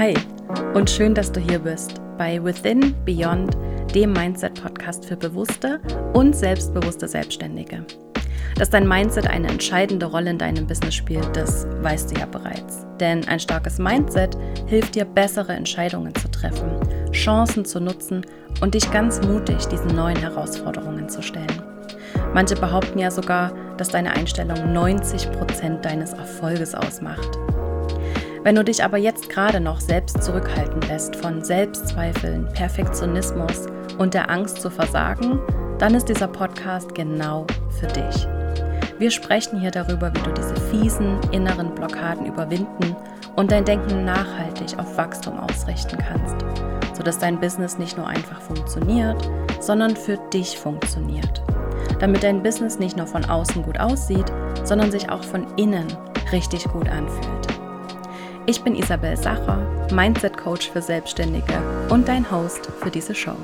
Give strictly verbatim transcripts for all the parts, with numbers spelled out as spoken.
Hi und schön, dass du hier bist bei Within Beyond, dem Mindset-Podcast für bewusste und selbstbewusste Selbstständige. Dass dein Mindset eine entscheidende Rolle in deinem Business spielt, das weißt du ja bereits. Denn ein starkes Mindset hilft dir, bessere Entscheidungen zu treffen, Chancen zu nutzen und dich ganz mutig diesen neuen Herausforderungen zu stellen. Manche behaupten ja sogar, dass deine Einstellung neunzig Prozent deines Erfolges ausmacht. Wenn du dich aber jetzt gerade noch selbst zurückhalten lässt von Selbstzweifeln, Perfektionismus und der Angst zu versagen, dann ist dieser Podcast genau für dich. Wir sprechen hier darüber, wie du diese fiesen inneren Blockaden überwinden und dein Denken nachhaltig auf Wachstum ausrichten kannst, sodass dein Business nicht nur einfach funktioniert, sondern für dich funktioniert. Damit dein Business nicht nur von außen gut aussieht, sondern sich auch von innen richtig gut anfühlt. Ich bin Isabel Sacher, Mindset-Coach für Selbstständige und dein Host für diese Show.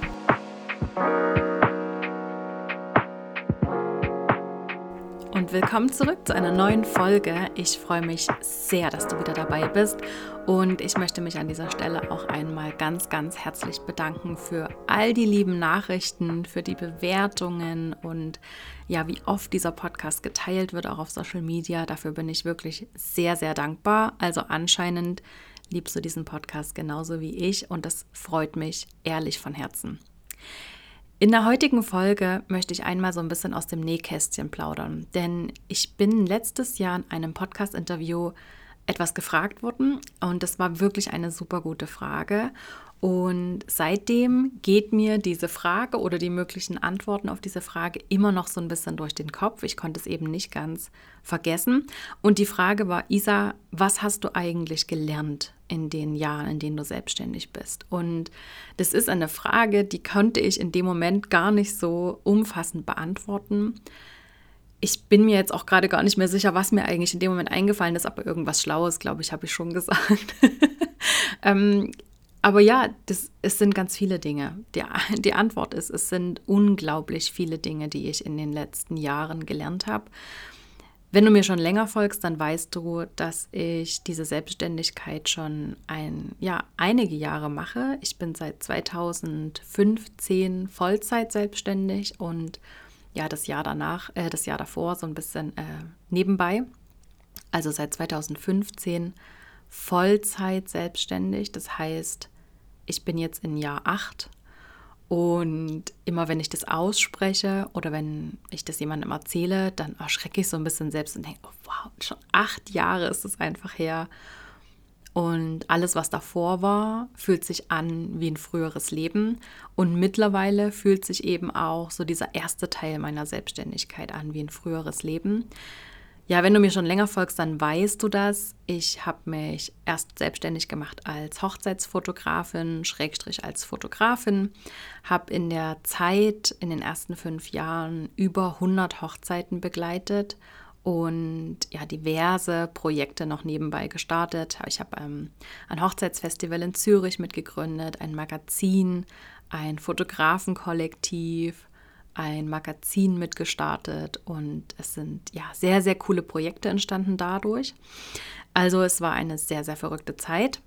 Und willkommen zurück zu einer neuen Folge. Ich freue mich sehr, dass du wieder dabei bist und ich möchte mich an dieser Stelle auch einmal ganz, ganz herzlich bedanken für all die lieben Nachrichten, für die Bewertungen und ja, wie oft dieser Podcast geteilt wird, auch auf Social Media. Dafür bin ich wirklich sehr, sehr dankbar. Also anscheinend liebst du diesen Podcast genauso wie ich und das freut mich ehrlich von Herzen. In der heutigen Folge möchte ich einmal so ein bisschen aus dem Nähkästchen plaudern, denn ich bin letztes Jahr in einem Podcast-Interview etwas gefragt worden und das war wirklich eine super gute Frage und seitdem geht mir diese Frage oder die möglichen Antworten auf diese Frage immer noch so ein bisschen durch den Kopf. Ich konnte es eben nicht ganz vergessen und die Frage war: Isa, was hast du eigentlich gelernt in den Jahren, in denen du selbstständig bist? Und das ist eine Frage, die konnte ich in dem Moment gar nicht so umfassend beantworten. Ich bin mir jetzt auch gerade gar nicht mehr sicher, was mir eigentlich in dem Moment eingefallen ist, aber irgendwas Schlaues, glaube ich, habe ich schon gesagt. ähm, aber ja, das, es sind ganz viele Dinge. Die, die Antwort ist, es sind unglaublich viele Dinge, die ich in den letzten Jahren gelernt habe. Wenn du mir schon länger folgst, dann weißt du, dass ich diese Selbstständigkeit schon ein, ja, einige Jahre mache. Ich bin seit zweitausendfünfzehn Vollzeit selbstständig und ja, das Jahr danach, äh, das Jahr davor so ein bisschen äh, nebenbei. Also seit zweitausendfünfzehn Vollzeit selbstständig. Das heißt, ich bin jetzt in Jahr acht. Und immer wenn ich das ausspreche oder wenn ich das jemandem erzähle, dann erschrecke ich so ein bisschen selbst und denke, oh wow, schon acht Jahre ist es einfach her. Und alles, was davor war, fühlt sich an wie ein früheres Leben. Und mittlerweile fühlt sich eben auch so dieser erste Teil meiner Selbstständigkeit an wie ein früheres Leben. Ja, wenn du mir schon länger folgst, dann weißt du das. Ich habe mich erst selbstständig gemacht als Hochzeitsfotografin, Schrägstrich als Fotografin, habe in der Zeit, in den ersten fünf Jahren, über hundert Hochzeiten begleitet und ja, diverse Projekte noch nebenbei gestartet. Ich habe ähm, ein Hochzeitsfestival in Zürich mitgegründet, ein Magazin, ein Fotografenkollektiv, ein Magazin mitgestartet und es sind ja sehr, sehr coole Projekte entstanden dadurch. Also es war eine sehr, sehr verrückte Zeit.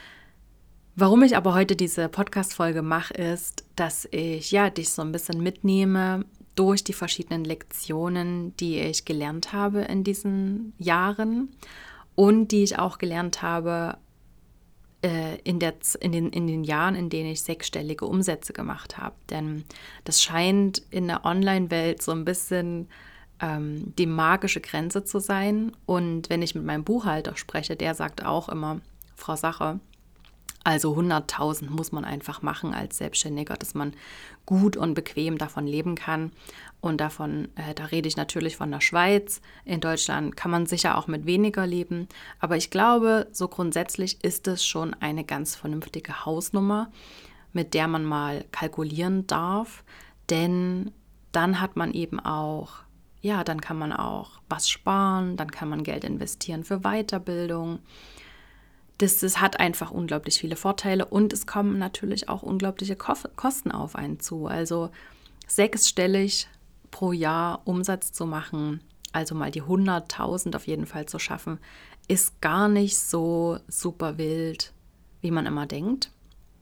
Warum ich aber heute diese Podcast-Folge mache, ist, dass ich ja dich so ein bisschen mitnehme durch die verschiedenen Lektionen, die ich gelernt habe in diesen Jahren und die ich auch gelernt habe In, der, in, den, in den Jahren, in denen ich sechsstellige Umsätze gemacht habe. Denn das scheint in der Online-Welt so ein bisschen ähm, die magische Grenze zu sein. Und wenn ich mit meinem Buchhalter spreche, der sagt auch immer, Frau Sacher, also hunderttausend muss man einfach machen als Selbstständiger, dass man gut und bequem davon leben kann. Und davon, äh, da rede ich natürlich von der Schweiz. In Deutschland kann man sicher auch mit weniger leben. Aber ich glaube, so grundsätzlich ist es schon eine ganz vernünftige Hausnummer, mit der man mal kalkulieren darf. Denn dann hat man eben auch, ja, dann kann man auch was sparen, dann kann man Geld investieren für Weiterbildung. Das, das hat einfach unglaublich viele Vorteile und es kommen natürlich auch unglaubliche Kosten auf einen zu. Also sechsstellig pro Jahr Umsatz zu machen, also mal die hunderttausend auf jeden Fall zu schaffen, ist gar nicht so super wild, wie man immer denkt.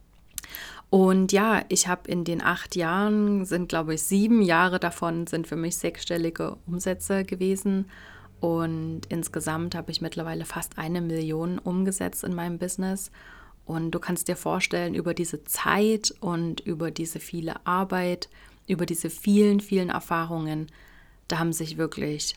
Und ja, ich habe in den acht Jahren, sind glaube ich sieben Jahre davon, sind für mich sechsstellige Umsätze gewesen. Und insgesamt habe ich mittlerweile fast eine Million umgesetzt in meinem Business. Und du kannst dir vorstellen, über diese Zeit und über diese viele Arbeit, über diese vielen, vielen Erfahrungen, da haben sich wirklich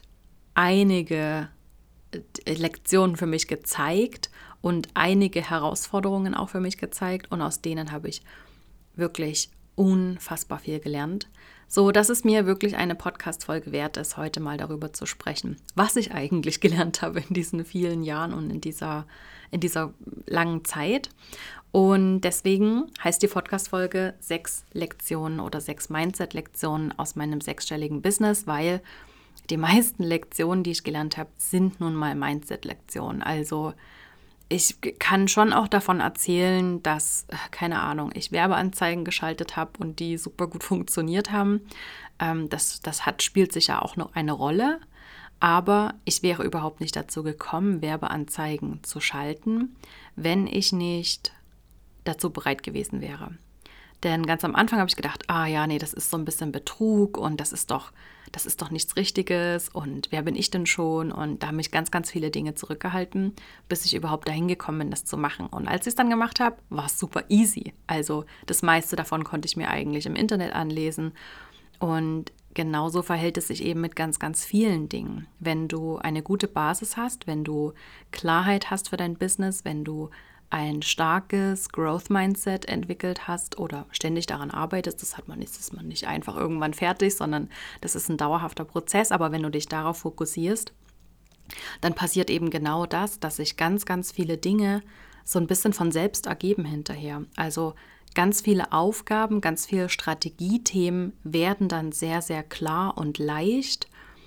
einige Lektionen für mich gezeigt und einige Herausforderungen auch für mich gezeigt. Und aus denen habe ich wirklich unfassbar viel gelernt, so dass es mir wirklich eine Podcast-Folge wert ist, heute mal darüber zu sprechen, was ich eigentlich gelernt habe in diesen vielen Jahren und in dieser, in dieser langen Zeit. Und deswegen heißt die Podcast-Folge sechs Lektionen oder sechs Mindset-Lektionen aus meinem sechsstelligen Business, weil die meisten Lektionen, die ich gelernt habe, sind nun mal Mindset-Lektionen. Also ich kann schon auch davon erzählen, dass, keine Ahnung, ich Werbeanzeigen geschaltet habe und die super gut funktioniert haben. Ähm, das das hat, spielt sicher auch noch eine Rolle, aber ich wäre überhaupt nicht dazu gekommen, Werbeanzeigen zu schalten, wenn ich nicht dazu bereit gewesen wäre. Denn ganz am Anfang habe ich gedacht, ah ja, nee, das ist so ein bisschen Betrug und das ist doch, das ist doch nichts Richtiges und wer bin ich denn schon? Und da haben mich ganz, ganz viele Dinge zurückgehalten, bis ich überhaupt dahin gekommen bin, das zu machen. Und als ich es dann gemacht habe, war es super easy. Also das meiste davon konnte ich mir eigentlich im Internet anlesen. Und genauso verhält es sich eben mit ganz, ganz vielen Dingen. Wenn du eine gute Basis hast, wenn du Klarheit hast für dein Business, wenn du ein starkes Growth-Mindset entwickelt hast oder ständig daran arbeitest, das hat man nicht, das ist man nicht einfach irgendwann fertig, sondern das ist ein dauerhafter Prozess. Aber wenn du dich darauf fokussierst, dann passiert eben genau das, dass sich ganz, ganz viele Dinge so ein bisschen von selbst ergeben hinterher. Also ganz viele Aufgaben, ganz viele Strategiethemen werden dann sehr, sehr klar und leicht,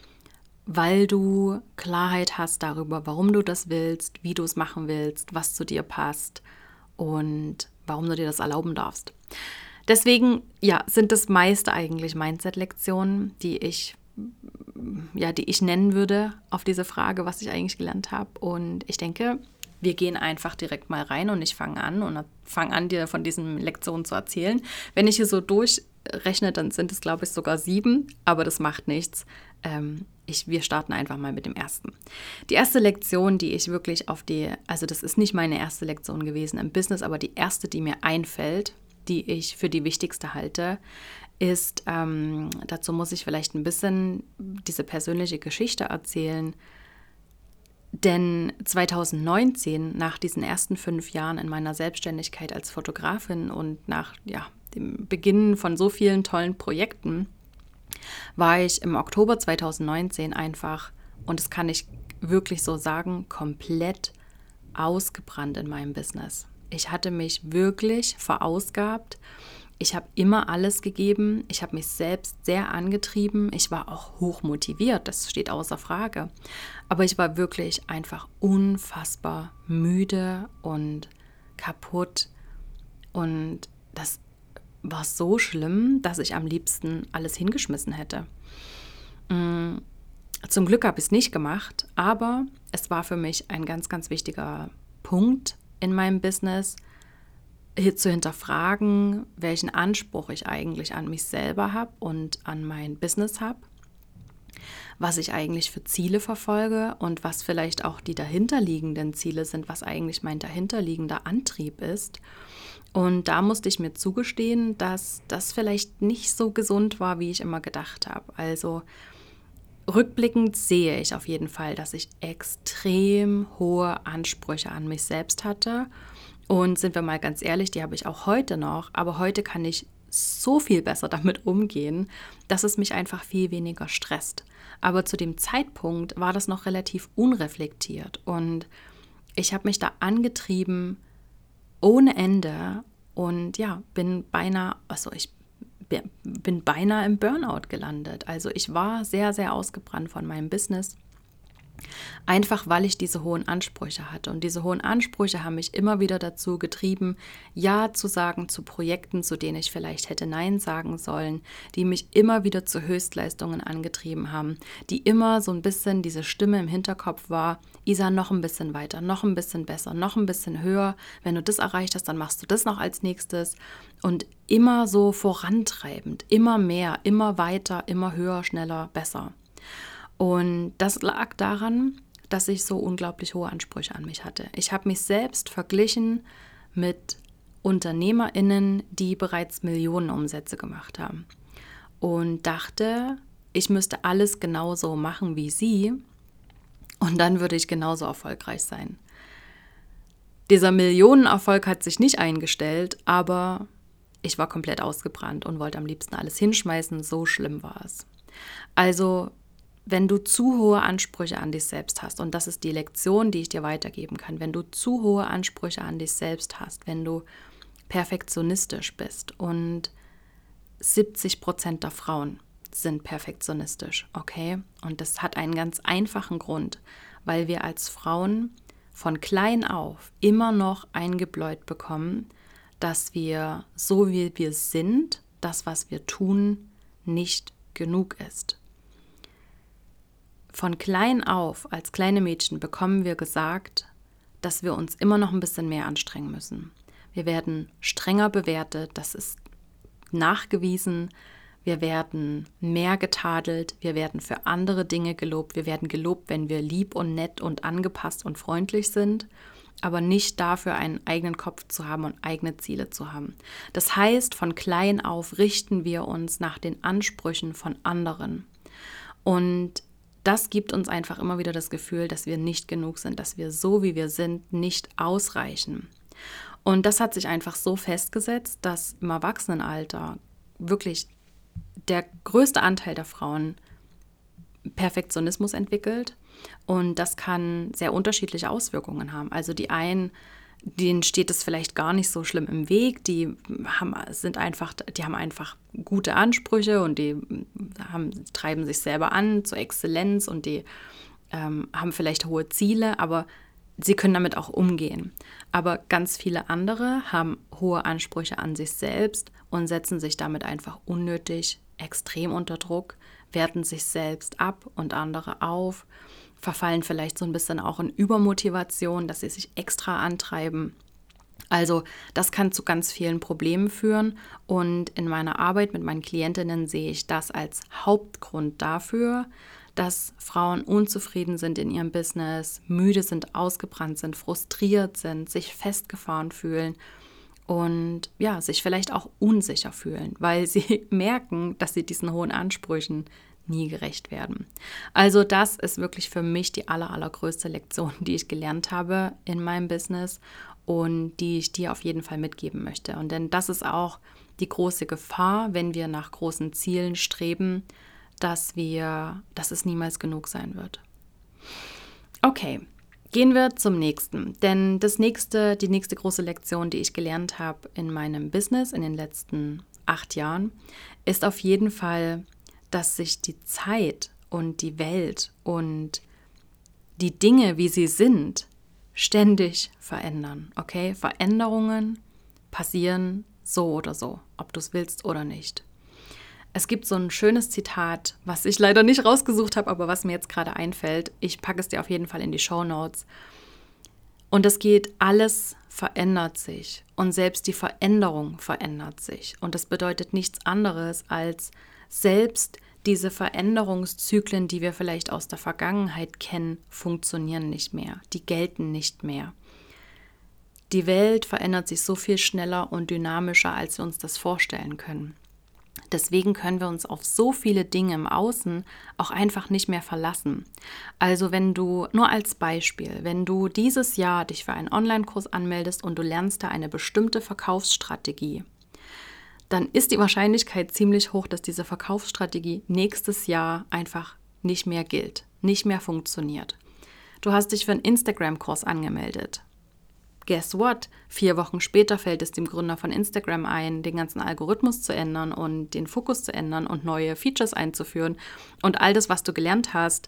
weil du Klarheit hast darüber, warum du das willst, wie du es machen willst, was zu dir passt und warum du dir das erlauben darfst. Deswegen, ja, sind das meiste eigentlich Mindset-Lektionen, die ich, ja, die ich nennen würde auf diese Frage, was ich eigentlich gelernt habe. Und ich denke, wir gehen einfach direkt mal rein und ich fange an und fange an, dir von diesen Lektionen zu erzählen. Wenn ich hier so durchrechne, dann sind es, glaube ich, sogar sieben, aber das macht nichts. Ähm, ich, wir starten einfach mal mit dem ersten. Die erste Lektion, die ich wirklich auf die, also das ist nicht meine erste Lektion gewesen im Business, aber die erste, die mir einfällt, die ich für die wichtigste halte, ist, ähm, dazu muss ich vielleicht ein bisschen diese persönliche Geschichte erzählen. Denn zwanzig neunzehn, nach diesen ersten fünf Jahren in meiner Selbstständigkeit als Fotografin und nach ja, dem Beginn von so vielen tollen Projekten, war ich im Oktober zwanzig neunzehn einfach, und das kann ich wirklich so sagen, komplett ausgebrannt in meinem Business. Ich hatte mich wirklich verausgabt. Ich habe immer alles gegeben. Ich habe mich selbst sehr angetrieben. Ich war auch hoch motiviert, das steht außer Frage. Aber ich war wirklich einfach unfassbar müde und kaputt. Und das war so schlimm, dass ich am liebsten alles hingeschmissen hätte. Zum Glück habe ich es nicht gemacht, aber es war für mich ein ganz, ganz wichtiger Punkt in meinem Business, hier zu hinterfragen, welchen Anspruch ich eigentlich an mich selber habe und an mein Business habe, was ich eigentlich für Ziele verfolge und was vielleicht auch die dahinterliegenden Ziele sind, was eigentlich mein dahinterliegender Antrieb ist. Und da musste ich mir zugestehen, dass das vielleicht nicht so gesund war, wie ich immer gedacht habe. Also rückblickend sehe ich auf jeden Fall, dass ich extrem hohe Ansprüche an mich selbst hatte. Und sind wir mal ganz ehrlich, die habe ich auch heute noch, aber heute kann ich so viel besser damit umgehen, dass es mich einfach viel weniger stresst. Aber zu dem Zeitpunkt war das noch relativ unreflektiert und ich habe mich da angetrieben ohne Ende und ja, bin beinahe, also ich bin beinahe im Burnout gelandet. Also ich war sehr, sehr ausgebrannt von meinem Business Einfach weil ich diese hohen Ansprüche hatte. Und diese hohen Ansprüche haben mich immer wieder dazu getrieben, Ja zu sagen zu Projekten, zu denen ich vielleicht hätte Nein sagen sollen, die mich immer wieder zu Höchstleistungen angetrieben haben, die immer so ein bisschen diese Stimme im Hinterkopf war: Isa, noch ein bisschen weiter, noch ein bisschen besser, noch ein bisschen höher. Wenn du das erreicht hast, dann machst du das noch als nächstes. Und immer so vorantreibend, immer mehr, immer weiter, immer höher, schneller, besser. Und das lag daran, dass ich so unglaublich hohe Ansprüche an mich hatte. Ich habe mich selbst verglichen mit UnternehmerInnen, die bereits Millionenumsätze gemacht haben und dachte, ich müsste alles genauso machen wie sie und dann würde ich genauso erfolgreich sein. Dieser Millionenerfolg hat sich nicht eingestellt, aber ich war komplett ausgebrannt und wollte am liebsten alles hinschmeißen, so schlimm war es. Also wenn du zu hohe Ansprüche an dich selbst hast, und das ist die Lektion, die ich dir weitergeben kann, wenn du zu hohe Ansprüche an dich selbst hast, wenn du perfektionistisch bist, und siebzig Prozent der Frauen sind perfektionistisch, okay? Und das hat einen ganz einfachen Grund, weil wir als Frauen von klein auf immer noch eingebläut bekommen, dass wir, so wie wir sind, das, was wir tun, nicht genug ist. Von klein auf, als kleine Mädchen, bekommen wir gesagt, dass wir uns immer noch ein bisschen mehr anstrengen müssen. Wir werden strenger bewertet, das ist nachgewiesen. Wir werden mehr getadelt, wir werden für andere Dinge gelobt. Wir werden gelobt, wenn wir lieb und nett und angepasst und freundlich sind, aber nicht dafür, einen eigenen Kopf zu haben und eigene Ziele zu haben. Das heißt, von klein auf richten wir uns nach den Ansprüchen von anderen. Und das gibt uns einfach immer wieder das Gefühl, dass wir nicht genug sind, dass wir so, wie wir sind, nicht ausreichen. Und das hat sich einfach so festgesetzt, dass im Erwachsenenalter wirklich der größte Anteil der Frauen Perfektionismus entwickelt. Und das kann sehr unterschiedliche Auswirkungen haben. Also die einen, denen steht es vielleicht gar nicht so schlimm im Weg, die haben, sind einfach, die haben einfach gute Ansprüche und die haben, treiben sich selber an zur Exzellenz und die ähm, haben vielleicht hohe Ziele, aber sie können damit auch umgehen. Aber ganz viele andere haben hohe Ansprüche an sich selbst und setzen sich damit einfach unnötig extrem unter Druck, werten sich selbst ab und andere auf, verfallen vielleicht so ein bisschen auch in Übermotivation, dass sie sich extra antreiben. Also das kann zu ganz vielen Problemen führen und in meiner Arbeit mit meinen Klientinnen sehe ich das als Hauptgrund dafür, dass Frauen unzufrieden sind in ihrem Business, müde sind, ausgebrannt sind, frustriert sind, sich festgefahren fühlen und ja, sich vielleicht auch unsicher fühlen, weil sie merken, dass sie diesen hohen Ansprüchen nie gerecht werden. Also das ist wirklich für mich die aller, allergrößte Lektion, die ich gelernt habe in meinem Business und die ich dir auf jeden Fall mitgeben möchte. Und denn das ist auch die große Gefahr, wenn wir nach großen Zielen streben, dass wir, dass es niemals genug sein wird. Okay, gehen wir zum nächsten. Denn das nächste, die nächste große Lektion, die ich gelernt habe in meinem Business in den letzten acht Jahren, ist auf jeden Fall, dass sich die Zeit und die Welt und die Dinge, wie sie sind, ständig verändern. Okay, Veränderungen passieren so oder so, ob du es willst oder nicht. Es gibt so ein schönes Zitat, was ich leider nicht rausgesucht habe, aber was mir jetzt gerade einfällt. Ich packe es dir auf jeden Fall in die Shownotes. Und es geht, alles verändert sich und selbst die Veränderung verändert sich. Und das bedeutet nichts anderes als selbst diese Veränderungszyklen, die wir vielleicht aus der Vergangenheit kennen, funktionieren nicht mehr. Die gelten nicht mehr. Die Welt verändert sich so viel schneller und dynamischer, als wir uns das vorstellen können. Deswegen können wir uns auf so viele Dinge im Außen auch einfach nicht mehr verlassen. Also wenn du, nur als Beispiel, wenn du dieses Jahr dich für einen Online-Kurs anmeldest und du lernst da eine bestimmte Verkaufsstrategie, dann ist die Wahrscheinlichkeit ziemlich hoch, dass diese Verkaufsstrategie nächstes Jahr einfach nicht mehr gilt, nicht mehr funktioniert. Du hast dich für einen Instagram-Kurs angemeldet. Guess what? Vier Wochen später fällt es dem Gründer von Instagram ein, den ganzen Algorithmus zu ändern und den Fokus zu ändern und neue Features einzuführen. Und all das, was du gelernt hast,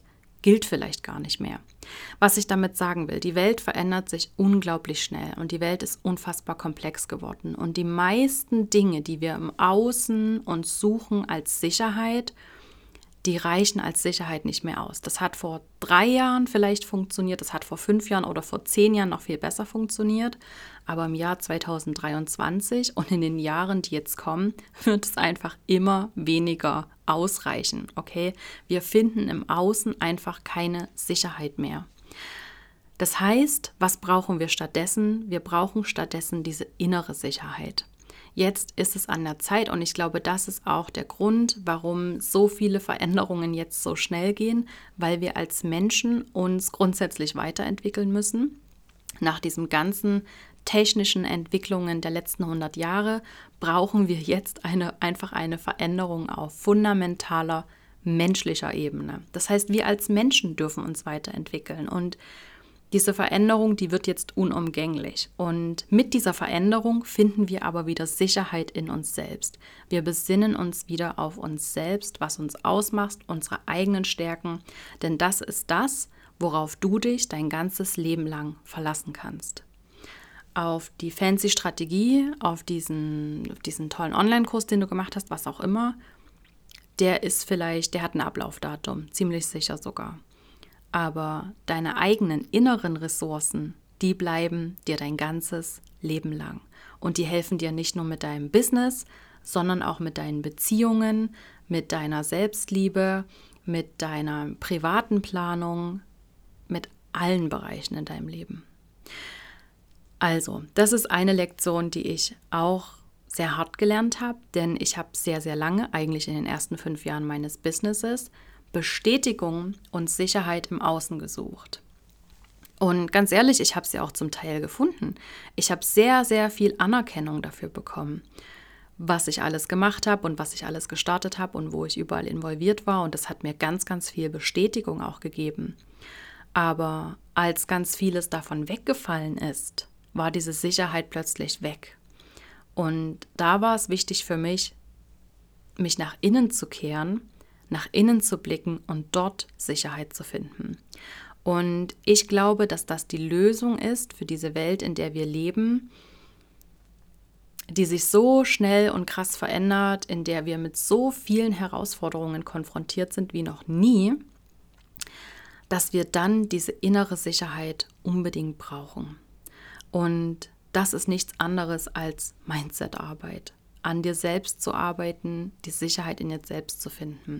gilt vielleicht gar nicht mehr. Was ich damit sagen will, die Welt verändert sich unglaublich schnell und die Welt ist unfassbar komplex geworden. Und die meisten Dinge, die wir im Außen uns suchen als Sicherheit, die reichen als Sicherheit nicht mehr aus. Das hat vor drei Jahren vielleicht funktioniert, das hat vor fünf Jahren oder vor zehn Jahren noch viel besser funktioniert. Aber im Jahr zweitausenddreiundzwanzig und in den Jahren, die jetzt kommen, wird es einfach immer weniger ausreichen. Okay? Wir finden im Außen einfach keine Sicherheit mehr. Das heißt, was brauchen wir stattdessen? Wir brauchen stattdessen diese innere Sicherheit. Jetzt ist es an der Zeit und ich glaube, das ist auch der Grund, warum so viele Veränderungen jetzt so schnell gehen, weil wir als Menschen uns grundsätzlich weiterentwickeln müssen. Nach diesen ganzen technischen Entwicklungen der letzten hundert Jahre brauchen wir jetzt eine, einfach eine Veränderung auf fundamentaler menschlicher Ebene. Das heißt, wir als Menschen dürfen uns weiterentwickeln und diese Veränderung, die wird jetzt unumgänglich. Und mit dieser Veränderung finden wir aber wieder Sicherheit in uns selbst. Wir besinnen uns wieder auf uns selbst, was uns ausmacht, unsere eigenen Stärken. Denn das ist das, worauf du dich dein ganzes Leben lang verlassen kannst. Auf die fancy Strategie, auf diesen, auf diesen tollen Online-Kurs, den du gemacht hast, was auch immer, der ist vielleicht, der hat ein Ablaufdatum, ziemlich sicher sogar. Aber deine eigenen inneren Ressourcen, die bleiben dir dein ganzes Leben lang. Und die helfen dir nicht nur mit deinem Business, sondern auch mit deinen Beziehungen, mit deiner Selbstliebe, mit deiner privaten Planung, mit allen Bereichen in deinem Leben. Also, das ist eine Lektion, die ich auch sehr hart gelernt habe, denn ich habe sehr, sehr lange, eigentlich in den ersten fünf Jahren meines Businesses, Bestätigung und Sicherheit im Außen gesucht. Und ganz ehrlich, ich habe sie auch zum Teil gefunden. Ich habe sehr, sehr viel Anerkennung dafür bekommen, was ich alles gemacht habe und was ich alles gestartet habe und wo ich überall involviert war. Und das hat mir ganz, ganz viel Bestätigung auch gegeben. Aber als ganz vieles davon weggefallen ist, war diese Sicherheit plötzlich weg. Und da war es wichtig für mich, mich nach innen zu kehren, nach innen zu blicken und dort Sicherheit zu finden. Und ich glaube, dass das die Lösung ist für diese Welt, in der wir leben, die sich so schnell und krass verändert, in der wir mit so vielen Herausforderungen konfrontiert sind wie noch nie, dass wir dann diese innere Sicherheit unbedingt brauchen. Und das ist nichts anderes als Mindset-Arbeit. An dir selbst zu arbeiten, die Sicherheit in dir selbst zu finden.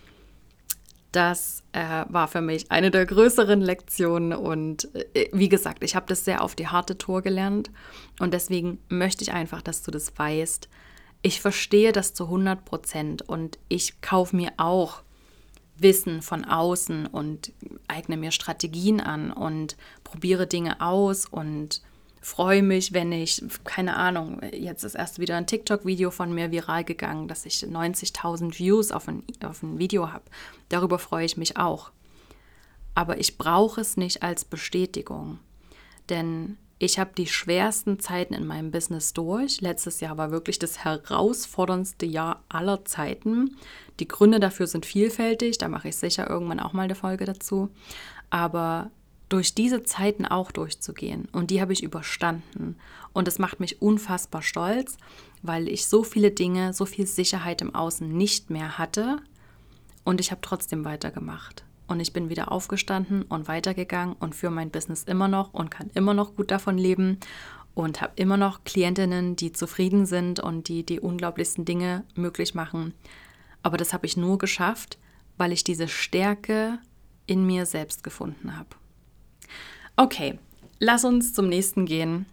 Das äh, war für mich eine der größeren Lektionen und äh, wie gesagt, ich habe das sehr auf die harte Tour gelernt und deswegen möchte ich einfach, dass du das weißt. Ich verstehe das zu hundert Prozent und ich kaufe mir auch Wissen von außen und eigne mir Strategien an und probiere Dinge aus und freue mich, wenn ich, keine Ahnung, jetzt ist erst wieder ein TikTok-Video von mir viral gegangen, dass ich neunzigtausend Views auf ein, auf ein Video habe. Darüber freue ich mich auch. Aber ich brauche es nicht als Bestätigung, denn ich habe die schwersten Zeiten in meinem Business durch. Letztes Jahr war wirklich das herausforderndste Jahr aller Zeiten. Die Gründe dafür sind vielfältig, da mache ich sicher irgendwann auch mal eine Folge dazu. Aber durch diese Zeiten auch durchzugehen und die habe ich überstanden und das macht mich unfassbar stolz, weil ich so viele Dinge, so viel Sicherheit im Außen nicht mehr hatte und ich habe trotzdem weitergemacht und ich bin wieder aufgestanden und weitergegangen und führe mein Business immer noch und kann immer noch gut davon leben und habe immer noch Klientinnen, die zufrieden sind und die die unglaublichsten Dinge möglich machen, aber das habe ich nur geschafft, weil ich diese Stärke in mir selbst gefunden habe. Okay, lass uns zum nächsten gehen.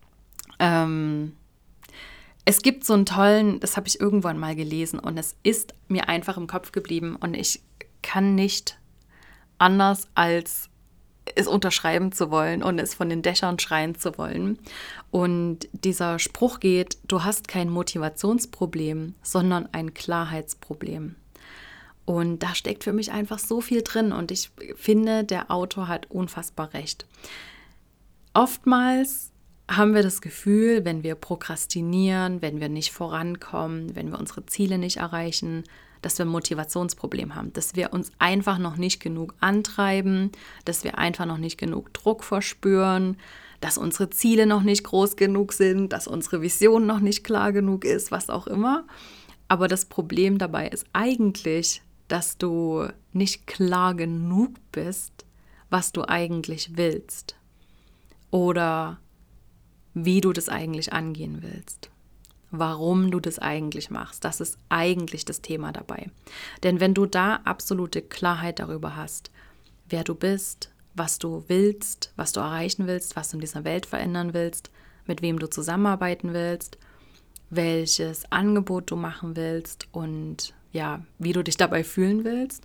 Ähm, es gibt so einen tollen, das habe ich irgendwann mal gelesen und es ist mir einfach im Kopf geblieben und ich kann nicht anders als es unterschreiben zu wollen und es von den Dächern schreien zu wollen. Und dieser Spruch geht, du hast kein Motivationsproblem, sondern ein Klarheitsproblem. Und da steckt für mich einfach so viel drin und ich finde, der Autor hat unfassbar recht. Oftmals haben wir das Gefühl, wenn wir prokrastinieren, wenn wir nicht vorankommen, wenn wir unsere Ziele nicht erreichen, dass wir ein Motivationsproblem haben, dass wir uns einfach noch nicht genug antreiben, dass wir einfach noch nicht genug Druck verspüren, dass unsere Ziele noch nicht groß genug sind, dass unsere Vision noch nicht klar genug ist, was auch immer. Aber das Problem dabei ist eigentlich, dass du nicht klar genug bist, was du eigentlich willst oder wie du das eigentlich angehen willst, warum du das eigentlich machst. Das ist eigentlich das Thema dabei. Denn wenn du da absolute Klarheit darüber hast, wer du bist, was du willst, was du erreichen willst, was du in dieser Welt verändern willst, mit wem du zusammenarbeiten willst, welches Angebot du machen willst und ja, wie du dich dabei fühlen willst,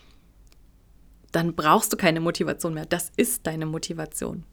dann brauchst du keine Motivation mehr. Das ist deine Motivation.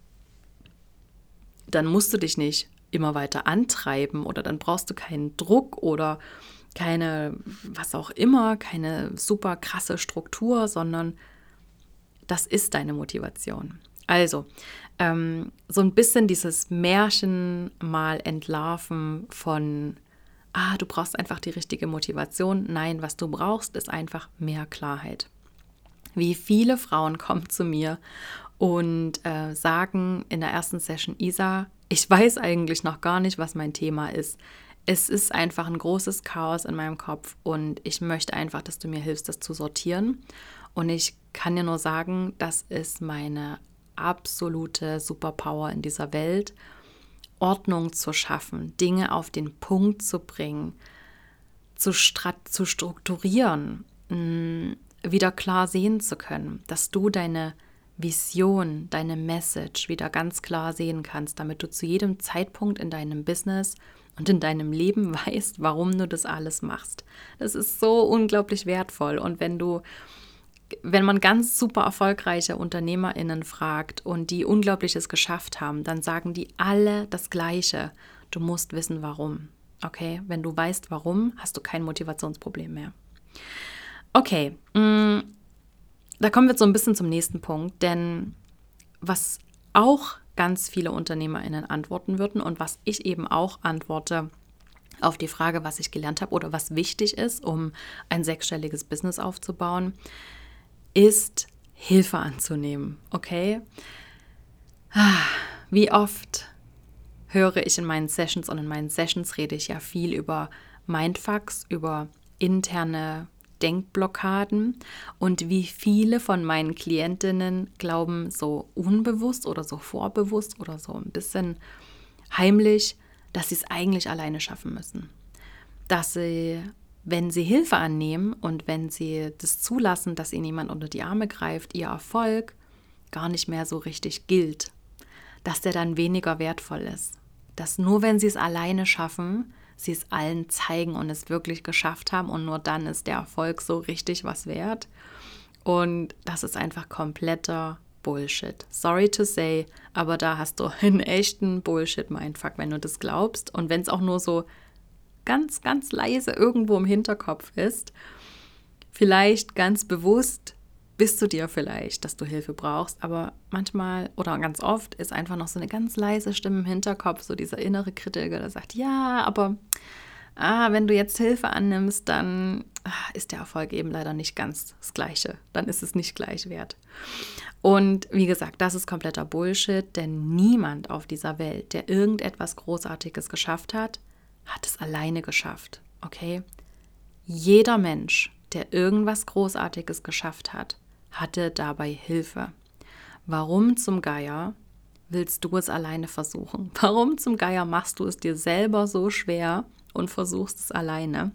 Dann musst du dich nicht immer weiter antreiben oder dann brauchst du keinen Druck oder keine, was auch immer, keine super krasse Struktur, sondern das ist deine Motivation. Also, ähm, so ein bisschen dieses Märchen mal entlarven von, ah, du brauchst einfach die richtige Motivation. Nein, was du brauchst, ist einfach mehr Klarheit. Wie viele Frauen kommen zu mir und äh, sagen in der ersten Session, Isa, ich weiß eigentlich noch gar nicht, was mein Thema ist. Es ist einfach ein großes Chaos in meinem Kopf und ich möchte einfach, dass du mir hilfst, das zu sortieren. Und ich kann dir nur sagen, das ist meine absolute Superpower in dieser Welt, Ordnung zu schaffen, Dinge auf den Punkt zu bringen, zu, strat- zu strukturieren, mh, wieder klar sehen zu können, dass du deine Vision, deine Message wieder ganz klar sehen kannst, damit du zu jedem Zeitpunkt in deinem Business und in deinem Leben weißt, warum du das alles machst. Das ist so unglaublich wertvoll. Und wenn du, wenn man ganz super erfolgreiche UnternehmerInnen fragt und die Unglaubliches geschafft haben, dann sagen die alle das Gleiche. Du musst wissen, warum. Okay? Wenn du weißt, warum, hast du kein Motivationsproblem mehr. Okay, mh, da kommen wir so ein bisschen zum nächsten Punkt, denn was auch ganz viele UnternehmerInnen antworten würden und was ich eben auch antworte auf die Frage, was ich gelernt habe oder was wichtig ist, um ein sechsstelliges Business aufzubauen, ist Hilfe anzunehmen, okay? Wie oft höre ich in meinen Sessions und in meinen Sessions rede ich ja viel über Mindfucks, über interne Denkblockaden und wie viele von meinen Klientinnen glauben so unbewusst oder so vorbewusst oder so ein bisschen heimlich, dass sie es eigentlich alleine schaffen müssen. Dass sie, wenn sie Hilfe annehmen und wenn sie das zulassen, dass ihnen jemand unter die Arme greift, ihr Erfolg gar nicht mehr so richtig gilt. Dass der dann weniger wertvoll ist. Dass nur wenn sie es alleine schaffen, sie es allen zeigen und es wirklich geschafft haben und nur dann ist der Erfolg so richtig was wert. Und das ist einfach kompletter Bullshit. Sorry to say, aber da hast du einen echten Bullshit-Mindfuck, wenn du das glaubst. Und wenn es auch nur so ganz, ganz leise irgendwo im Hinterkopf ist, vielleicht ganz bewusst bist du dir vielleicht, dass du Hilfe brauchst, aber manchmal oder ganz oft ist einfach noch so eine ganz leise Stimme im Hinterkopf, so dieser innere Kritiker, der sagt, ja, aber ah, wenn du jetzt Hilfe annimmst, dann ah, ist der Erfolg eben leider nicht ganz das Gleiche. Dann ist es nicht gleich wert. Und wie gesagt, das ist kompletter Bullshit, denn niemand auf dieser Welt, der irgendetwas Großartiges geschafft hat, hat es alleine geschafft, okay? Jeder Mensch, der irgendwas Großartiges geschafft hat, hatte dabei Hilfe. Warum zum Geier willst du es alleine versuchen? Warum zum Geier machst du es dir selber so schwer und versuchst es alleine?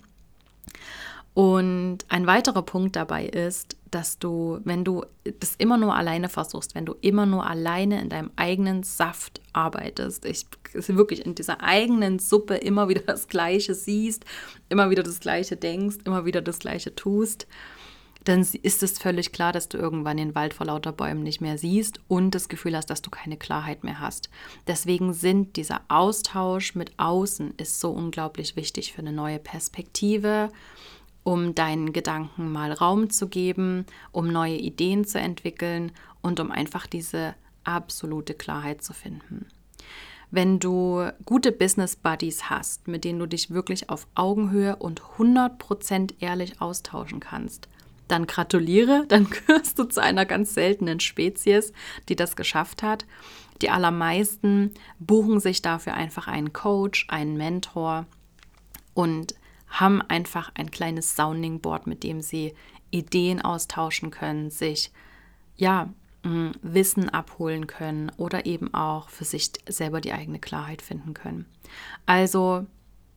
Und ein weiterer Punkt dabei ist, dass du, wenn du das immer nur alleine versuchst, wenn du immer nur alleine in deinem eigenen Saft arbeitest, ich wirklich in dieser eigenen Suppe immer wieder das Gleiche siehst, immer wieder das Gleiche denkst, immer wieder das Gleiche tust, dann ist es völlig klar, dass du irgendwann den Wald vor lauter Bäumen nicht mehr siehst und das Gefühl hast, dass du keine Klarheit mehr hast. Deswegen sind dieser Austausch mit außen ist so unglaublich wichtig für eine neue Perspektive, um deinen Gedanken mal Raum zu geben, um neue Ideen zu entwickeln und um einfach diese absolute Klarheit zu finden. Wenn du gute Business Buddies hast, mit denen du dich wirklich auf Augenhöhe und hundert Prozent ehrlich austauschen kannst, dann gratuliere, dann gehörst du zu einer ganz seltenen Spezies, die das geschafft hat. Die allermeisten buchen sich dafür einfach einen Coach, einen Mentor und haben einfach ein kleines Sounding Board, mit dem sie Ideen austauschen können, sich ja Wissen abholen können oder eben auch für sich selber die eigene Klarheit finden können. Also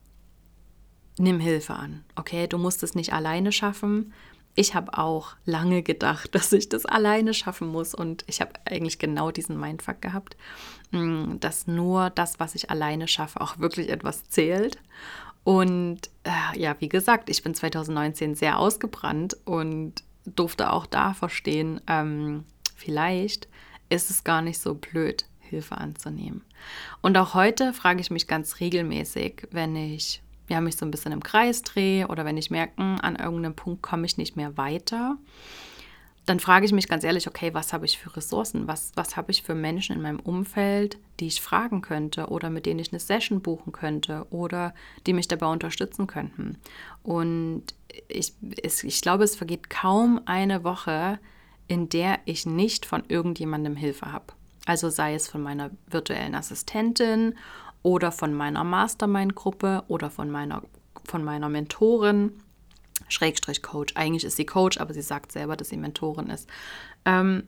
nimm Hilfe an, okay? Du musst es nicht alleine schaffen. Ich habe auch lange gedacht, dass ich das alleine schaffen muss und ich habe eigentlich genau diesen Mindfuck gehabt, dass nur das, was ich alleine schaffe, auch wirklich etwas zählt. Und äh, ja, wie gesagt, ich bin zwanzig neunzehn sehr ausgebrannt und durfte auch da verstehen, ähm, vielleicht ist es gar nicht so blöd, Hilfe anzunehmen. Und auch heute frage ich mich ganz regelmäßig, wenn ich ja, mich so ein bisschen im Kreis drehe oder wenn ich merke, an irgendeinem Punkt komme ich nicht mehr weiter, dann frage ich mich ganz ehrlich, okay, was habe ich für Ressourcen? Was, was habe ich für Menschen in meinem Umfeld, die ich fragen könnte oder mit denen ich eine Session buchen könnte oder die mich dabei unterstützen könnten? Und ich, es, ich glaube, es vergeht kaum eine Woche, in der ich nicht von irgendjemandem Hilfe habe. Also sei es von meiner virtuellen Assistentin oder von meiner Mastermind-Gruppe oder von meiner, von meiner Mentorin, Schrägstrich Coach. Eigentlich ist sie Coach, aber sie sagt selber, dass sie Mentorin ist. Ähm,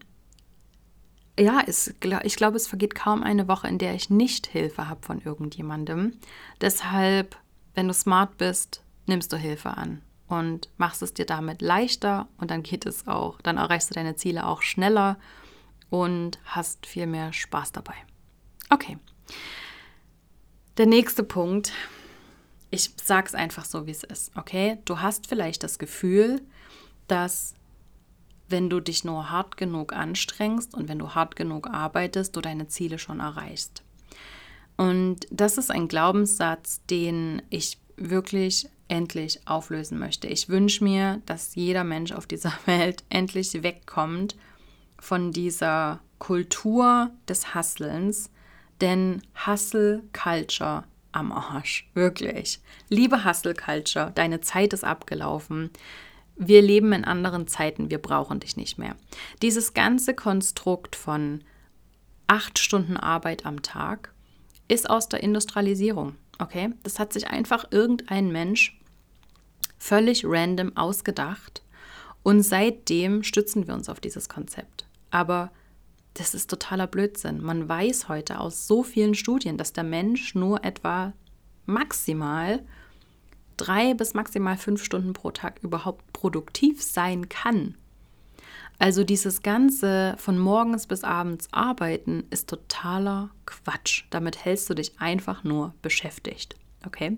ja, es, ich glaube, es vergeht kaum eine Woche, in der ich nicht Hilfe habe von irgendjemandem. Deshalb, wenn du smart bist, nimmst du Hilfe an und machst es dir damit leichter und dann geht es auch, dann erreichst du deine Ziele auch schneller und hast viel mehr Spaß dabei. Okay. Der nächste Punkt, ich sag's einfach so, wie es ist, okay? Du hast vielleicht das Gefühl, dass wenn du dich nur hart genug anstrengst und wenn du hart genug arbeitest, du deine Ziele schon erreichst. Und das ist ein Glaubenssatz, den ich wirklich endlich auflösen möchte. Ich wünsche mir, dass jeder Mensch auf dieser Welt endlich wegkommt von dieser Kultur des Hustlens, denn Hustle Culture am Arsch, wirklich. Liebe Hustle Culture, deine Zeit ist abgelaufen. Wir leben in anderen Zeiten, wir brauchen dich nicht mehr. Dieses ganze Konstrukt von acht Stunden Arbeit am Tag ist aus der Industrialisierung, okay? Das hat sich einfach irgendein Mensch völlig random ausgedacht und seitdem stützen wir uns auf dieses Konzept. Aber das ist totaler Blödsinn. Man weiß heute aus so vielen Studien, dass der Mensch nur etwa maximal drei bis maximal fünf Stunden pro Tag überhaupt produktiv sein kann. Also dieses ganze von morgens bis abends arbeiten ist totaler Quatsch. Damit hältst du dich einfach nur beschäftigt. Okay?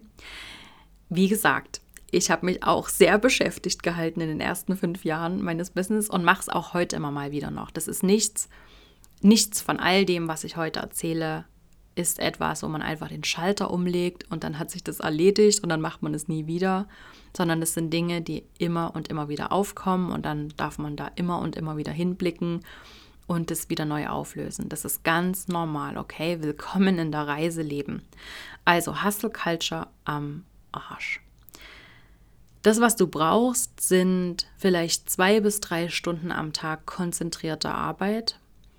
Wie gesagt, ich habe mich auch sehr beschäftigt gehalten in den ersten fünf Jahren meines Business und mache es auch heute immer mal wieder noch. Das ist nichts, nichts von all dem, was ich heute erzähle, ist etwas, wo man einfach den Schalter umlegt und dann hat sich das erledigt und dann macht man es nie wieder, sondern das sind Dinge, die immer und immer wieder aufkommen und dann darf man da immer und immer wieder hinblicken und das wieder neu auflösen. Das ist ganz normal, okay? Willkommen in der Reise leben. Also Hustle Culture am Arsch. Das, was du brauchst, sind vielleicht zwei bis drei Stunden am Tag konzentrierte Arbeit.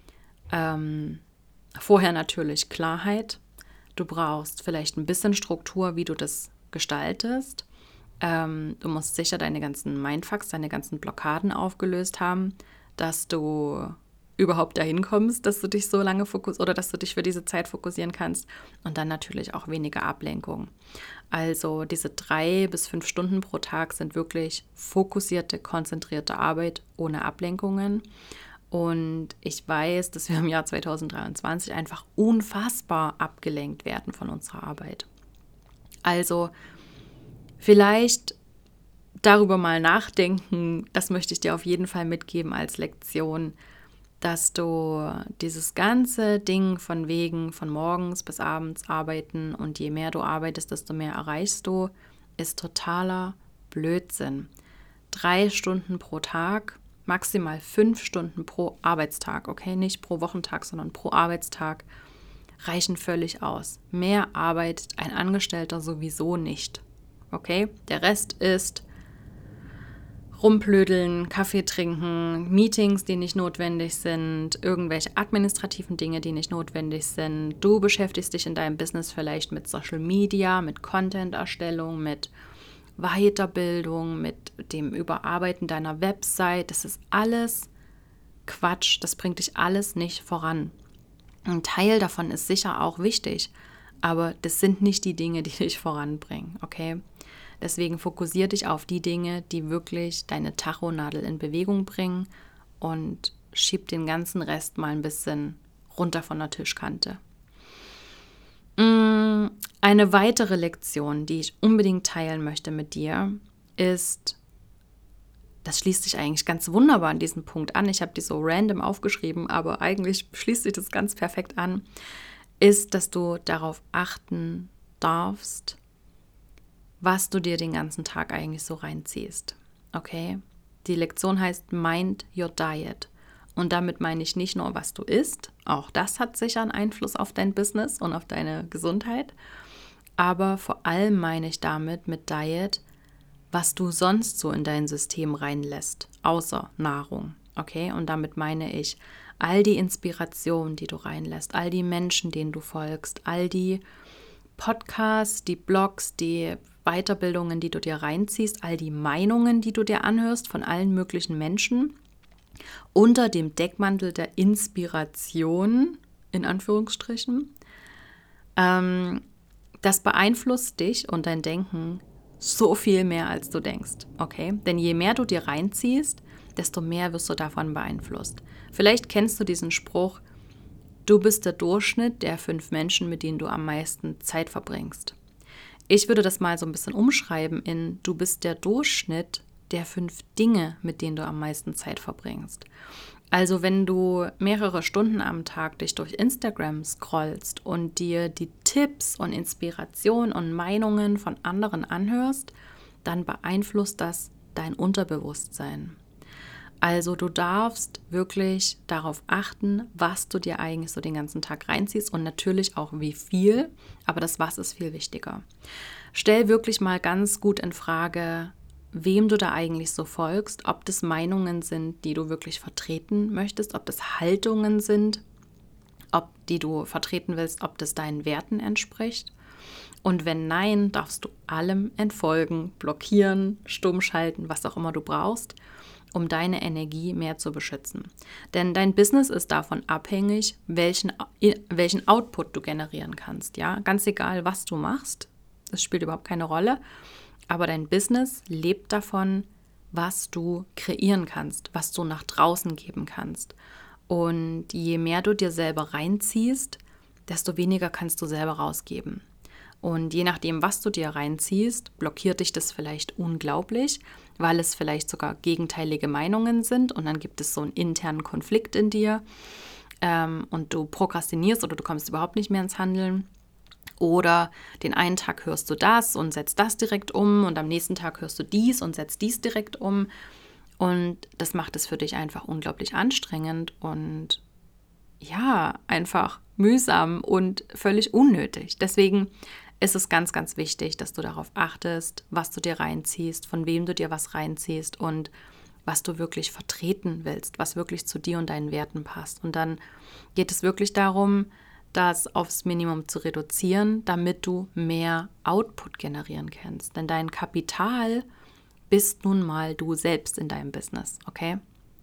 Ähm, vorher natürlich Klarheit. Du brauchst vielleicht ein bisschen Struktur, wie du das gestaltest. Ähm, du musst sicher deine ganzen Mindfucks, deine ganzen Blockaden aufgelöst haben, dass du überhaupt dahin kommst, dass du dich so lange fokussierst oder dass du dich für diese Zeit fokussieren kannst und dann natürlich auch weniger Ablenkung. Also diese drei bis fünf Stunden pro Tag sind wirklich fokussierte, konzentrierte Arbeit ohne Ablenkungen. Und ich weiß, dass wir im Jahr zwanzig dreiundzwanzig einfach unfassbar abgelenkt werden von unserer Arbeit. Also vielleicht darüber mal nachdenken, das möchte ich dir auf jeden Fall mitgeben als Lektion, dass du dieses ganze Ding von wegen von morgens bis abends arbeiten und je mehr du arbeitest, desto mehr erreichst du, ist totaler Blödsinn. Drei Stunden pro Tag, maximal fünf Stunden pro Arbeitstag, okay, nicht pro Wochentag, sondern pro Arbeitstag, reichen völlig aus. Mehr arbeitet ein Angestellter sowieso nicht. Okay? Der Rest ist rumplödeln, Kaffee trinken, Meetings, die nicht notwendig sind, irgendwelche administrativen Dinge, die nicht notwendig sind. Du beschäftigst dich in deinem Business vielleicht mit Social Media, mit Content-Erstellung, mit Weiterbildung, mit dem Überarbeiten deiner Website. Das ist alles Quatsch. Das bringt dich alles nicht voran. Ein Teil davon ist sicher auch wichtig, aber das sind nicht die Dinge, die dich voranbringen, okay? Deswegen fokussiere dich auf die Dinge, die wirklich deine Tachonadel in Bewegung bringen und schieb den ganzen Rest mal ein bisschen runter von der Tischkante. Eine weitere Lektion, die ich unbedingt teilen möchte mit dir, ist, das schließt sich eigentlich ganz wunderbar an diesen Punkt an. Ich habe die so random aufgeschrieben, aber eigentlich schließt sich das ganz perfekt an, ist, dass du darauf achten darfst, was du dir den ganzen Tag eigentlich so reinziehst. Okay? Die Lektion heißt Mind Your Diet. Und damit meine ich nicht nur, was du isst, auch das hat sicher einen Einfluss auf dein Business und auf deine Gesundheit, aber vor allem meine ich damit mit Diet, was du sonst so in dein System reinlässt, außer Nahrung, okay? Und damit meine ich all die Inspiration, die du reinlässt, all die Menschen, denen du folgst, all die Podcasts, die Blogs, die Weiterbildungen, die du dir reinziehst, all die Meinungen, die du dir anhörst von allen möglichen Menschen, unter dem Deckmantel der Inspiration, in Anführungsstrichen. Ähm, das beeinflusst dich und dein Denken so viel mehr, als du denkst, okay? Denn je mehr du dir reinziehst, desto mehr wirst du davon beeinflusst. Vielleicht kennst du diesen Spruch, du bist der Durchschnitt der fünf Menschen, mit denen du am meisten Zeit verbringst. Ich würde das mal so ein bisschen umschreiben in, du bist der Durchschnitt der fünf Dinge, mit denen du am meisten Zeit verbringst. Also wenn du mehrere Stunden am Tag dich durch Instagram scrollst und dir die Tipps und Inspiration und Meinungen von anderen anhörst, dann beeinflusst das dein Unterbewusstsein. Also du darfst wirklich darauf achten, was du dir eigentlich so den ganzen Tag reinziehst und natürlich auch wie viel, aber das Was ist viel wichtiger. Stell wirklich mal ganz gut in Frage, wem du da eigentlich so folgst, ob das Meinungen sind, die du wirklich vertreten möchtest, ob das Haltungen sind, ob die du vertreten willst, ob das deinen Werten entspricht. Und wenn nein, darfst du allem entfolgen, blockieren, stumm schalten, was auch immer du brauchst, um deine Energie mehr zu beschützen. Denn dein Business ist davon abhängig, welchen, welchen Output du generieren kannst. Ja? Ganz egal, was du machst, das spielt überhaupt keine Rolle. Aber dein Business lebt davon, was du kreieren kannst, was du nach draußen geben kannst. Und je mehr du dir selber reinziehst, desto weniger kannst du selber rausgeben. Und je nachdem, was du dir reinziehst, blockiert dich das vielleicht unglaublich, weil es vielleicht sogar gegenteilige Meinungen sind und dann gibt es so einen internen Konflikt in dir ähm, und du prokrastinierst oder du kommst überhaupt nicht mehr ins Handeln. Oder den einen Tag hörst du das und setzt das direkt um und am nächsten Tag hörst du dies und setzt dies direkt um. Und das macht es für dich einfach unglaublich anstrengend und ja, einfach mühsam und völlig unnötig. Deswegen ist es ganz, ganz wichtig, dass du darauf achtest, was du dir reinziehst, von wem du dir was reinziehst und was du wirklich vertreten willst, was wirklich zu dir und deinen Werten passt. Und dann geht es wirklich darum, das aufs Minimum zu reduzieren, damit du mehr Output generieren kannst. Denn dein Kapital bist nun mal du selbst in deinem Business, okay?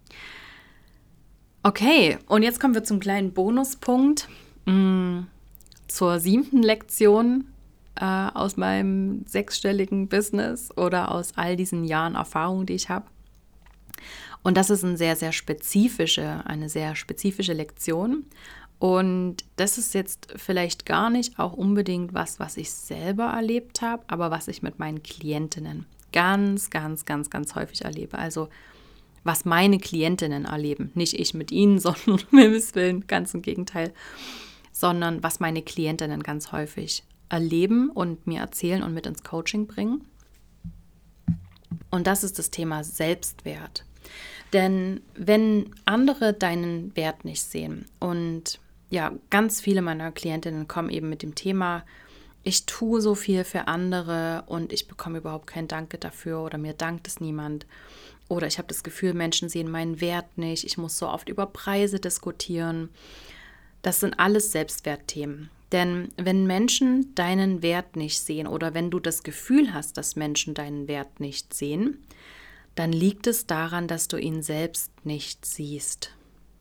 Okay, und jetzt kommen wir zum kleinen Bonuspunkt, mh, zur siebten Lektion äh, aus meinem sechsstelligen Business oder aus all diesen Jahren Erfahrung, die ich habe. Und das ist eine sehr, sehr spezifische, eine sehr spezifische Lektion. Und das ist jetzt vielleicht gar nicht auch unbedingt was, was ich selber erlebt habe, aber was ich mit meinen Klientinnen ganz, ganz, ganz, ganz häufig erlebe. Also was meine Klientinnen erleben. Nicht ich mit ihnen, sondern um Himmels Willen, ganz im Gegenteil. Sondern was meine Klientinnen ganz häufig erleben und mir erzählen und mit ins Coaching bringen. Und das ist das Thema Selbstwert. Denn wenn andere deinen Wert nicht sehen und ja, ganz viele meiner Klientinnen kommen eben mit dem Thema, ich tue so viel für andere und ich bekomme überhaupt kein Danke dafür oder mir dankt es niemand. Oder ich habe das Gefühl, Menschen sehen meinen Wert nicht. Ich muss so oft über Preise diskutieren. Das sind alles Selbstwertthemen. Denn wenn Menschen deinen Wert nicht sehen oder wenn du das Gefühl hast, dass Menschen deinen Wert nicht sehen, dann liegt es daran, dass du ihn selbst nicht siehst.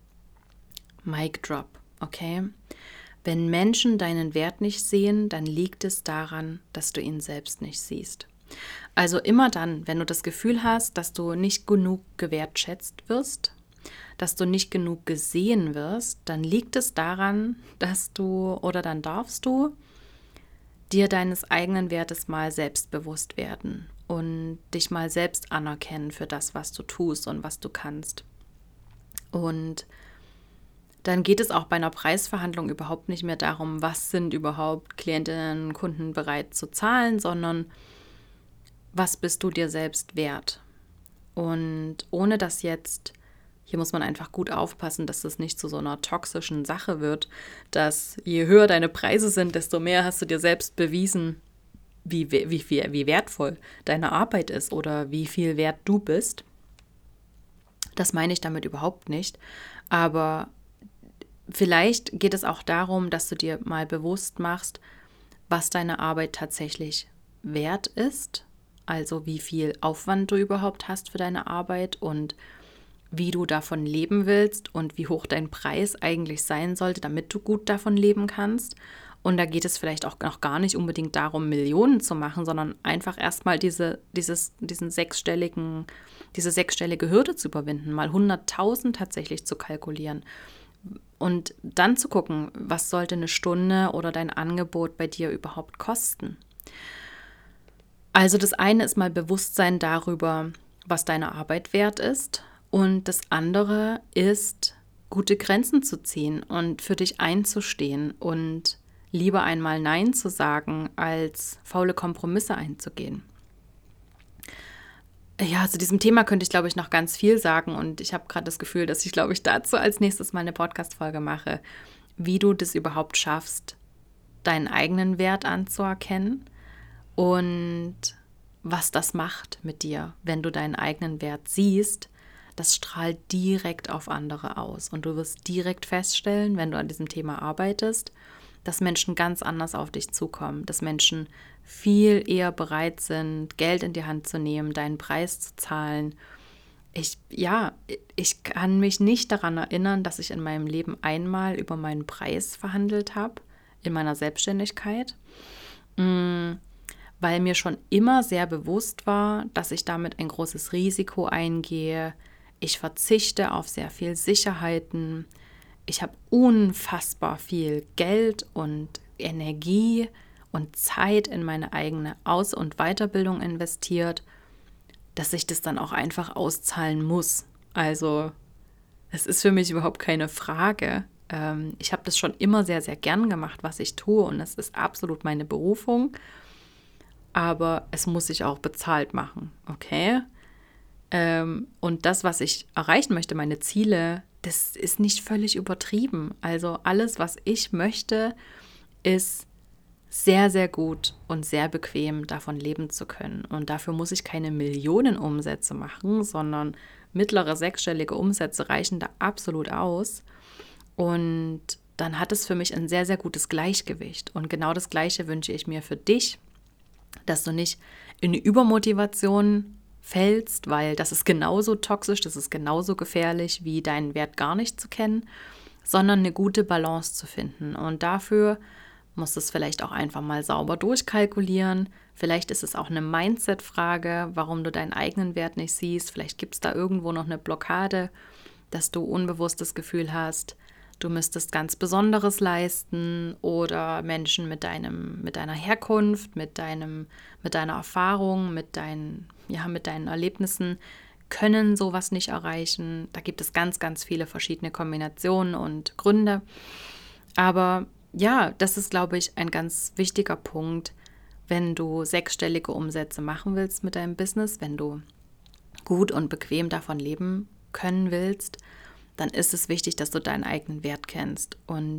Mic drop, okay? Wenn Menschen deinen Wert nicht sehen, dann liegt es daran, dass du ihn selbst nicht siehst. Also immer dann, wenn du das Gefühl hast, dass du nicht genug gewertschätzt wirst, dass du nicht genug gesehen wirst, dann liegt es daran, dass du oder dann darfst du dir deines eigenen Wertes mal selbstbewusst werden und dich mal selbst anerkennen für das, was du tust und was du kannst. Und dann geht es auch bei einer Preisverhandlung überhaupt nicht mehr darum, was sind überhaupt Klientinnen und Kunden bereit zu zahlen, sondern was bist du dir selbst wert? Und ohne dass jetzt, hier muss man einfach gut aufpassen, dass das nicht zu so einer toxischen Sache wird, dass je höher deine Preise sind, desto mehr hast du dir selbst bewiesen, wie, wie, wie, wie wertvoll deine Arbeit ist oder wie viel wert du bist. Das meine ich damit überhaupt nicht. Aber vielleicht geht es auch darum, dass du dir mal bewusst machst, was deine Arbeit tatsächlich wert ist. Also wie viel Aufwand du überhaupt hast für deine Arbeit und wie du davon leben willst und wie hoch dein Preis eigentlich sein sollte, damit du gut davon leben kannst. Und da geht es vielleicht auch noch gar nicht unbedingt darum, Millionen zu machen, sondern einfach erstmal diese, dieses, diesen sechsstelligen, diese sechsstellige Hürde zu überwinden, mal hunderttausend tatsächlich zu kalkulieren. Und dann zu gucken, was sollte eine Stunde oder dein Angebot bei dir überhaupt kosten. Also das eine ist mal Bewusstsein darüber, was deine Arbeit wert ist. Und das andere ist, gute Grenzen zu ziehen und für dich einzustehen und lieber einmal Nein zu sagen, als faule Kompromisse einzugehen. Ja, zu diesem Thema könnte ich, glaube ich, noch ganz viel sagen. Und ich habe gerade das Gefühl, dass ich, glaube ich, dazu als nächstes mal eine Podcast-Folge mache, wie du das überhaupt schaffst, deinen eigenen Wert anzuerkennen. Und was das macht mit dir, wenn du deinen eigenen Wert siehst, das strahlt direkt auf andere aus. Und du wirst direkt feststellen, wenn du an diesem Thema arbeitest, dass Menschen ganz anders auf dich zukommen, dass Menschen viel eher bereit sind, Geld in die Hand zu nehmen, deinen Preis zu zahlen. Ich, ja, ich kann mich nicht daran erinnern, dass ich in meinem Leben einmal über meinen Preis verhandelt habe, in meiner Selbstständigkeit. Weil mir schon immer sehr bewusst war, dass ich damit ein großes Risiko eingehe. Ich verzichte auf sehr viel Sicherheiten. Ich habe unfassbar viel Geld und Energie und Zeit in meine eigene Aus- und Weiterbildung investiert, dass ich das dann auch einfach auszahlen muss. Also es ist für mich überhaupt keine Frage. Ähm, ich habe das schon immer sehr, sehr gern gemacht, was ich tue, und es ist absolut meine Berufung. Aber es muss sich auch bezahlt machen, okay? Ähm, und das, was ich erreichen möchte, meine Ziele, das ist nicht völlig übertrieben. Also alles, was ich möchte, ist sehr, sehr gut und sehr bequem, davon leben zu können. Und dafür muss ich keine Millionenumsätze machen, sondern mittlere sechsstellige Umsätze reichen da absolut aus. Und dann hat es für mich ein sehr, sehr gutes Gleichgewicht. Und genau das Gleiche wünsche ich mir für dich, dass du nicht in eine Übermotivation fällst, weil das ist genauso toxisch, das ist genauso gefährlich, wie deinen Wert gar nicht zu kennen, sondern eine gute Balance zu finden. Und dafür musst du es vielleicht auch einfach mal sauber durchkalkulieren. Vielleicht ist es auch eine Mindset-Frage, warum du deinen eigenen Wert nicht siehst. Vielleicht gibt es da irgendwo noch eine Blockade, dass du unbewusst das Gefühl hast, du müsstest ganz Besonderes leisten, oder Menschen mit deinem, mit deiner Herkunft, mit deinem, mit deiner Erfahrung, mit deinen, ja, mit deinen Erlebnissen können sowas nicht erreichen. Da gibt es ganz, ganz viele verschiedene Kombinationen und Gründe. Aber ja, das ist, glaube ich, ein ganz wichtiger Punkt, wenn du sechsstellige Umsätze machen willst mit deinem Business, wenn du gut und bequem davon leben können willst, dann ist es wichtig, dass du deinen eigenen Wert kennst. Und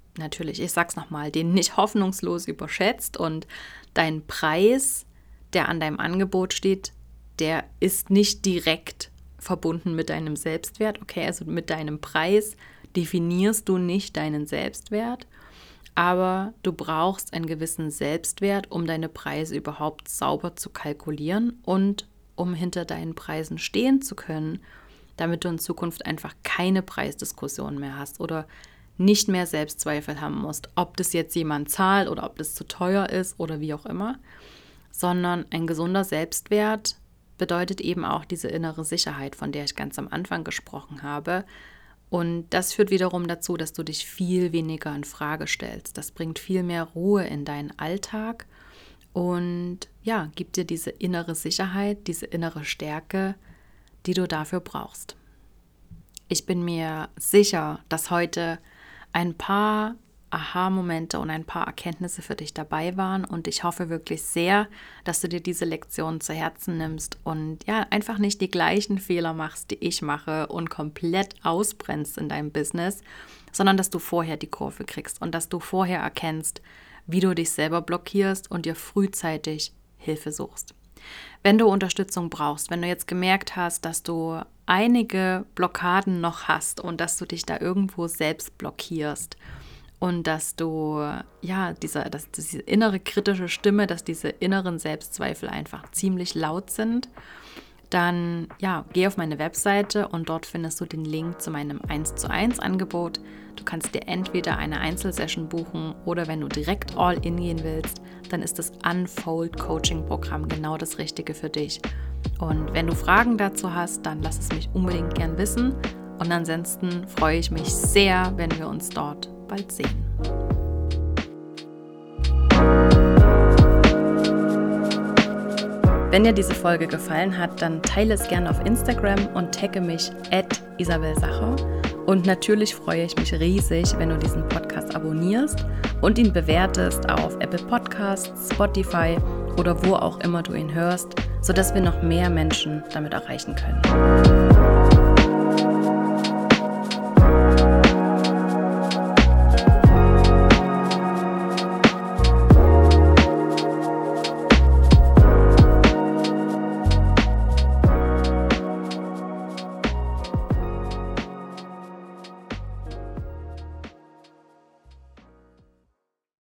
natürlich, ich sag's nochmal, den nicht hoffnungslos überschätzt und dein Preis, der an deinem Angebot steht, der ist nicht direkt verbunden mit deinem Selbstwert. Okay, also mit deinem Preis definierst du nicht deinen Selbstwert, aber du brauchst einen gewissen Selbstwert, um deine Preise überhaupt sauber zu kalkulieren und um hinter deinen Preisen stehen zu können, damit du in Zukunft einfach keine Preisdiskussion mehr hast oder nicht mehr Selbstzweifel haben musst, ob das jetzt jemand zahlt oder ob das zu teuer ist oder wie auch immer, sondern ein gesunder Selbstwert bedeutet eben auch diese innere Sicherheit, von der ich ganz am Anfang gesprochen habe. Und das führt wiederum dazu, dass du dich viel weniger in Frage stellst. Das bringt viel mehr Ruhe in deinen Alltag und ja, gibt dir diese innere Sicherheit, diese innere Stärke, die du dafür brauchst. Ich bin mir sicher, dass heute ein paar Aha-Momente und ein paar Erkenntnisse für dich dabei waren und ich hoffe wirklich sehr, dass du dir diese Lektion zu Herzen nimmst und ja, einfach nicht die gleichen Fehler machst, die ich mache und komplett ausbrennst in deinem Business, sondern dass du vorher die Kurve kriegst und dass du vorher erkennst, wie du dich selber blockierst und dir frühzeitig Hilfe suchst. Wenn du Unterstützung brauchst, wenn du jetzt gemerkt hast, dass du einige Blockaden noch hast und dass du dich da irgendwo selbst blockierst und dass du, ja, diese, dass diese innere kritische Stimme, dass diese inneren Selbstzweifel einfach ziemlich laut sind, dann ja, geh auf meine Webseite und dort findest du den Link zu meinem eins zu eins Angebot. Du kannst dir entweder eine Einzelsession buchen oder wenn du direkt all in gehen willst, dann ist das Unfold Coaching Programm genau das Richtige für dich. Und wenn du Fragen dazu hast, dann lass es mich unbedingt gern wissen. Und ansonsten freue ich mich sehr, wenn wir uns dort bald sehen. Wenn dir diese Folge gefallen hat, dann teile es gerne auf Instagram und tagge mich at Isabel Sacher. Und natürlich freue ich mich riesig, wenn du diesen Podcast abonnierst und ihn bewertest auf Apple Podcasts, Spotify oder wo auch immer du ihn hörst, sodass wir noch mehr Menschen damit erreichen können.